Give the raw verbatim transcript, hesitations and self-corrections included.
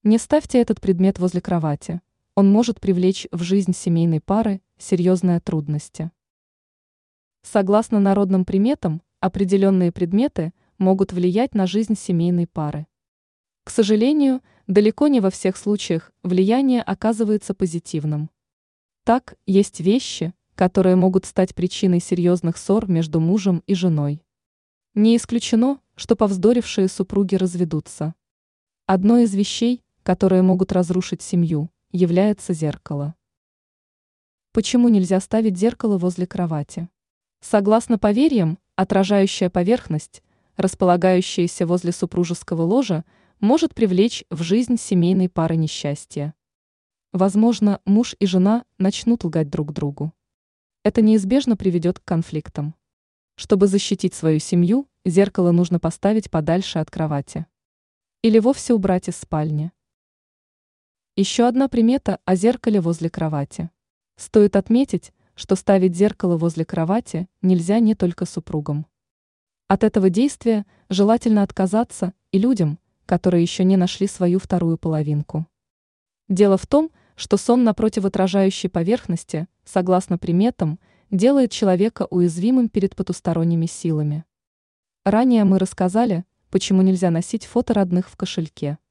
Не ставьте этот предмет возле кровати. Он может привлечь в жизнь семейной пары серьезные трудности. Согласно народным приметам, определенные предметы могут влиять на жизнь семейной пары. К сожалению, далеко не во всех случаях влияние оказывается позитивным. Так, есть вещи, которые могут стать причиной серьезных ссор между мужем и женой. Не исключено, что повздорившие супруги разведутся. Одной из вещей, которые могут разрушить семью, является зеркало. Почему нельзя ставить зеркало возле кровати? Согласно поверьям, отражающая поверхность, располагающаяся возле супружеского ложа, может привлечь в жизнь семейной пары несчастье. Возможно, муж и жена начнут лгать друг другу. Это неизбежно приведет к конфликтам. Чтобы защитить свою семью, зеркало нужно поставить подальше от кровати. Или вовсе убрать из спальни. Еще одна примета о зеркале возле кровати. Стоит отметить, что ставить зеркало возле кровати нельзя не только супругам. От этого действия желательно отказаться и людям, которые еще не нашли свою вторую половинку. Дело в том, что сон на противоотражающей поверхности, согласно приметам, делает человека уязвимым перед потусторонними силами. Ранее мы рассказали, почему нельзя носить фото родных в кошельке.